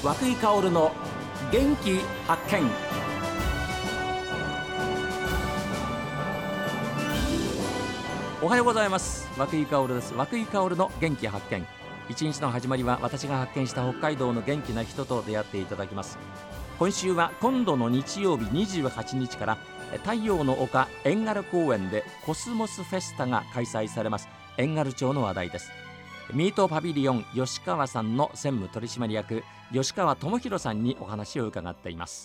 和久井薫の元気発見。おはようございます。和久井薫です。和久井薫の元気発見。一日の始まりは私が発見した北海道の元気な人と出会っていただきます。今週は今度の日曜日28日から太陽の丘遠軽公園でコスモスフェスタが開催されます。遠軽町の話題です。ミートパビリオン吉川さんの専務取締役吉川智博さんにお話を伺っています。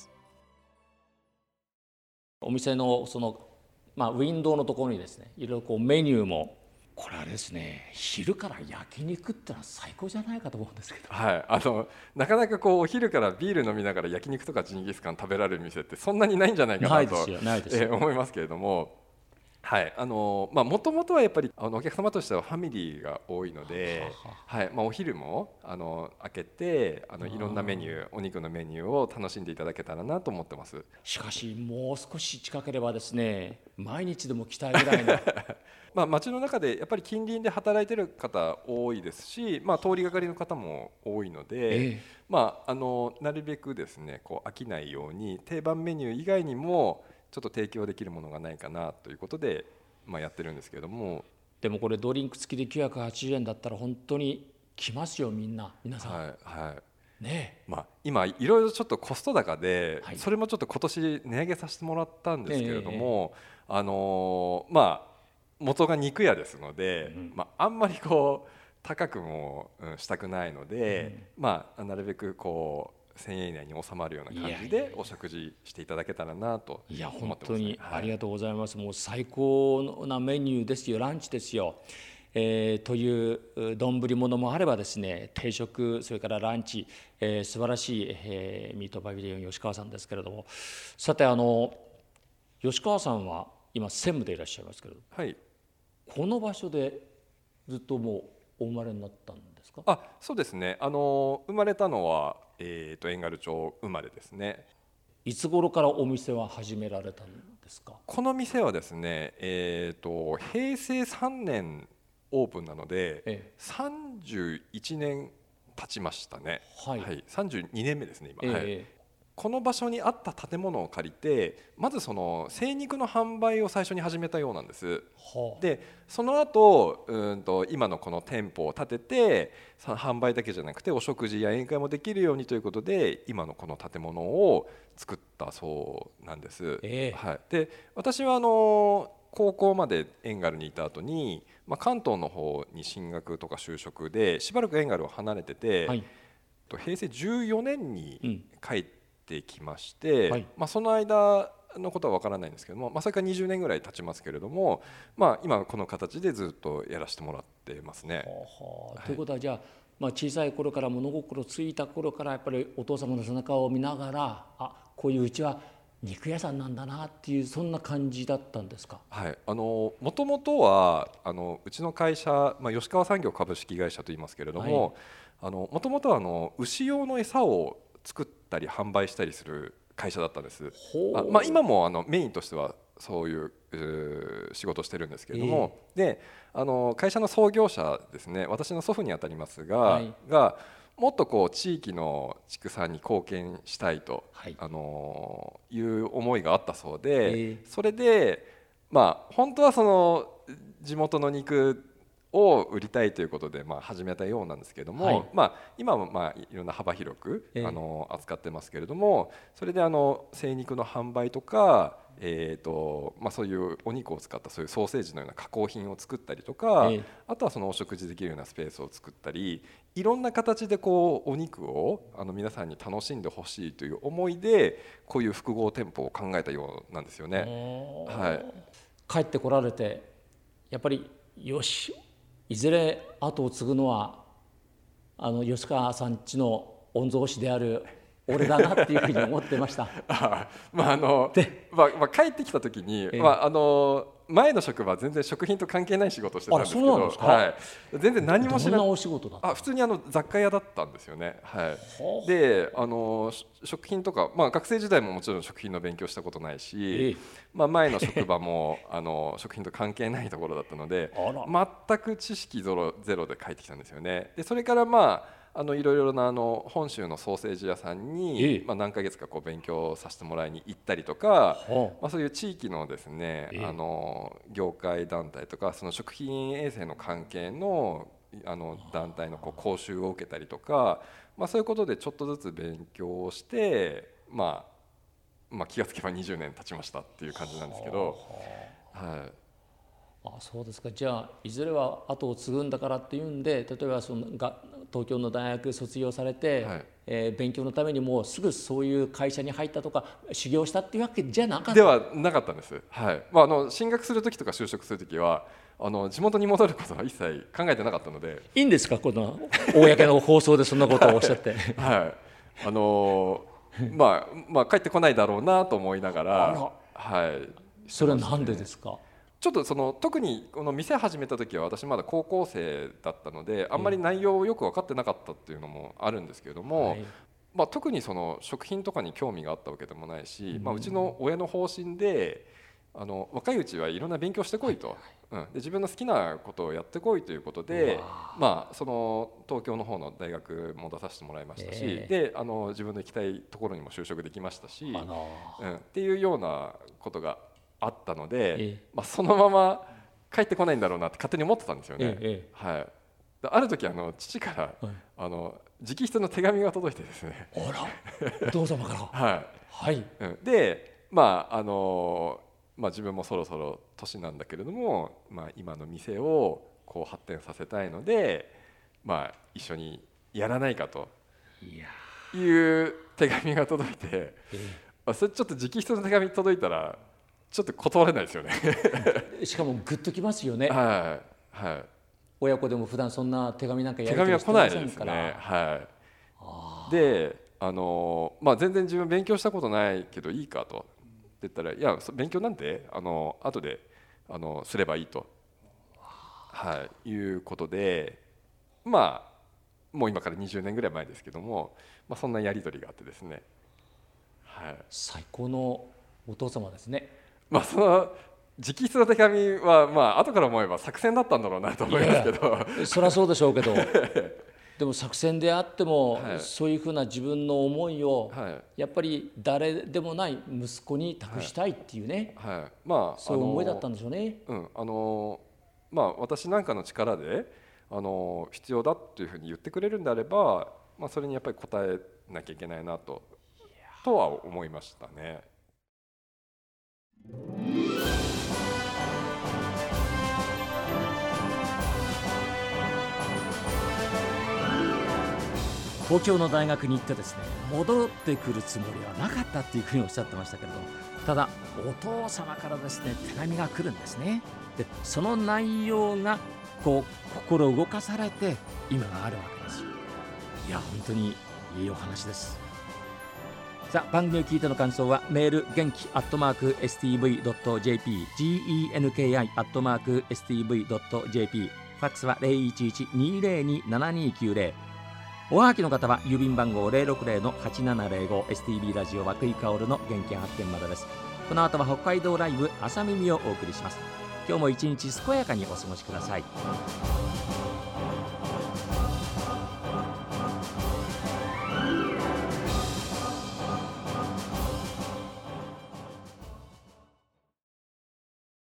お店のウィンドウのところにですね、いろいろメニューも、これあれですね、昼から焼肉ってのは最高じゃないかと思うんですけど、 はい、なかなかお昼からビール飲みながら焼肉とかジンギスカン食べられる店ってそんなにないんじゃないかなと思いますけれども、はい、もともとはやっぱりお客様としてはファミリーが多いので、はい、お昼も開けていろんなメニュー、お肉のメニューを楽しんでいただけたらなと思ってます。 しかしもう少し近ければですね、毎日でも来たいぐらいの街の中でやっぱり近隣で働いている方多いですし、通りがかりの方も多いので、なるべくですね飽きないように定番メニュー以外にもちょっと提供できるものがないかなということで、やってるんですけれども。 でもこれドリンク付きで980円だったら本当に来ますよ、皆さん。 はいはいね、 今いろいろちょっとコスト高で、 はい、 それもちょっと今年値上げさせてもらったんですけれども、元が肉屋ですので、あんまり高くもしたくないので、なるべく1000円以内に収まるような感じでお食事していただけたらなと思ってます。 いや本当にありがとうございます。もう最高なメニューですよ、ランチですよ。という丼物もあればですね、定食、それからランチ、素晴らしい、ミートパビリオン吉川さんですけれども、さて吉川さんは今専務でいらっしゃいますけれども、 はい、 この場所でずっともうお生まれになったんですか？ そうですね、生まれたのは、遠軽町生まれですね。 いつ頃からお店は始められたんですか？ この店はですね、平成3年オープンなので、31年経ちましたね。はい、32年目ですね今。この場所にあった建物を借りて、まずその精肉の販売を最初に始めたようなんです。でその後今のこの店舗を建てて、販売だけじゃなくてお食事や宴会もできるようにということで今のこの建物を作ったそうなんです。はい、で私は高校まで遠軽にいた後に、関東の方に進学とか就職でしばらく遠軽を離れてて、平成14年に帰ってきまして、その間のことは分からないんですけども、それから20年ぐらい経ちますけれども、今この形でずっとやらせてもらってますね。 ということはじゃあ、小さい頃から物心ついた頃からやっぱりお父様の背中を見ながら、こういううちは肉屋さんなんだなっていう、そんな感じだったんですか？ はい、もともとはうちの会社、吉川産業株式会社といいますけれども、もともとは牛用の餌を作ったり販売したりする会社だったんです。今もメインとしてはそういう仕事をしてるんですけれども、で会社の創業者ですね、私の祖父にあたりますが、もっと地域の畜産に貢献したいと、いう思いがあったそうで、それで本当はその地元の肉を売りたいということで始めたようなんですけども、今はいろんな幅広く扱ってますけれども、それで精肉の販売とか、そういうお肉を使ったそういうソーセージのような加工品を作ったりとか、あとはそのお食事できるようなスペースを作ったり、いろんな形でお肉を皆さんに楽しんでほしいという思いでこういう複合店舗を考えたようなんですよね。 帰ってこられてやっぱりいずれ後を継ぐのは吉川さんちの御曹司である俺だなっていうふうに思ってました。 帰ってきた時に、前の職場は全然食品と関係ない仕事をしてたんですけど、全然何も知らない。 どんなお仕事だった？ 普通に雑貨屋だったんですよね。で食品とか、学生時代ももちろん食品の勉強したことないし、前の職場も食品と関係ないところだったので全く知識ゼロで帰ってきたんですよね。でそれからいろいろな本州のソーセージ屋さんに、何ヶ月かこう勉強させてもらいに行ったりとか、そういう地域のですね、業界団体とかその食品衛生の関係の団体のこう講習を受けたりとか、そういうことでちょっとずつ勉強をして、気がつけば20年経ちましたっていう感じなんですけど、 そうですか。じゃあいずれは後を継ぐんだからっていうんで、例えば東京の大学卒業されて、勉強のためにもうすぐそういう会社に入ったとか修行したっていうわけじゃなかったではなかったんです。進学する時とか就職する時は地元に戻ることは一切考えてなかったので。 いいんですか、この公の放送でそんなことをおっしゃって帰ってこないだろうなと思いながら、 それはなんでですか。 ちょっと特にこの店始めた時は私まだ高校生だったのであんまり内容をよく分かってなかったっていうのもあるんですけれども、特にその食品とかに興味があったわけでもないし、うちの親の方針で若いうちはいろんな勉強してこいと、で自分の好きなことをやってこいということで、その東京の方の大学も出させてもらいましたし、で自分の行きたいところにも就職できましたし、っていうようなことがあったので、そのまま帰ってこないんだろうなって勝手に思ってたんですよね。ある時父から直筆の手紙が届いてですね。 お父様からで自分もそろそろ年なんだけれども、今の店をこう発展させたいので、一緒にやらないかという手紙が届いて、それちょっと直筆の手紙届いたらちょっと断れないですよねしかもグッときますよね。親子でも普段そんな手紙なんかやり取りしてませんから。手紙は来ないですね。で全然自分勉強したことないけどいいかと言ったら、いや勉強なんて後ですればいいと、いうことで、もう今から20年ぐらい前ですけども、そんなやり取りがあってですね。 最高のお父様ですね。 その直筆の手紙は後から思えば作戦だったんだろうなと思いますけど。 そりゃそうでしょうけどでも作戦であっても、そういうふうな自分の思いを、やっぱり誰でもない息子に託したいっていうね、そういう思いだったんでしょうね。 私なんかの力で必要だっていうふうに言ってくれるんであれば、それにやっぱり応えなきゃいけないなとは思いましたね。 東京の大学に行ってですね、戻ってくるつもりはなかったっていうふうにおっしゃってましたけれども、ただお父様からですね手紙が来るんですね。でその内容がこう心を動かされて今があるわけですよ。いや本当にいいお話です。さあ番組を聞いての感想はメール元気@stv.jp genki@stv.jp ファックスは 011-202-7290。おはがきの方は郵便番号 060-8705 STB ラジオ和久井薫の元気発見までです。この後は北海道ライブ朝耳をお送りします。今日も一日健やかにお過ごしください。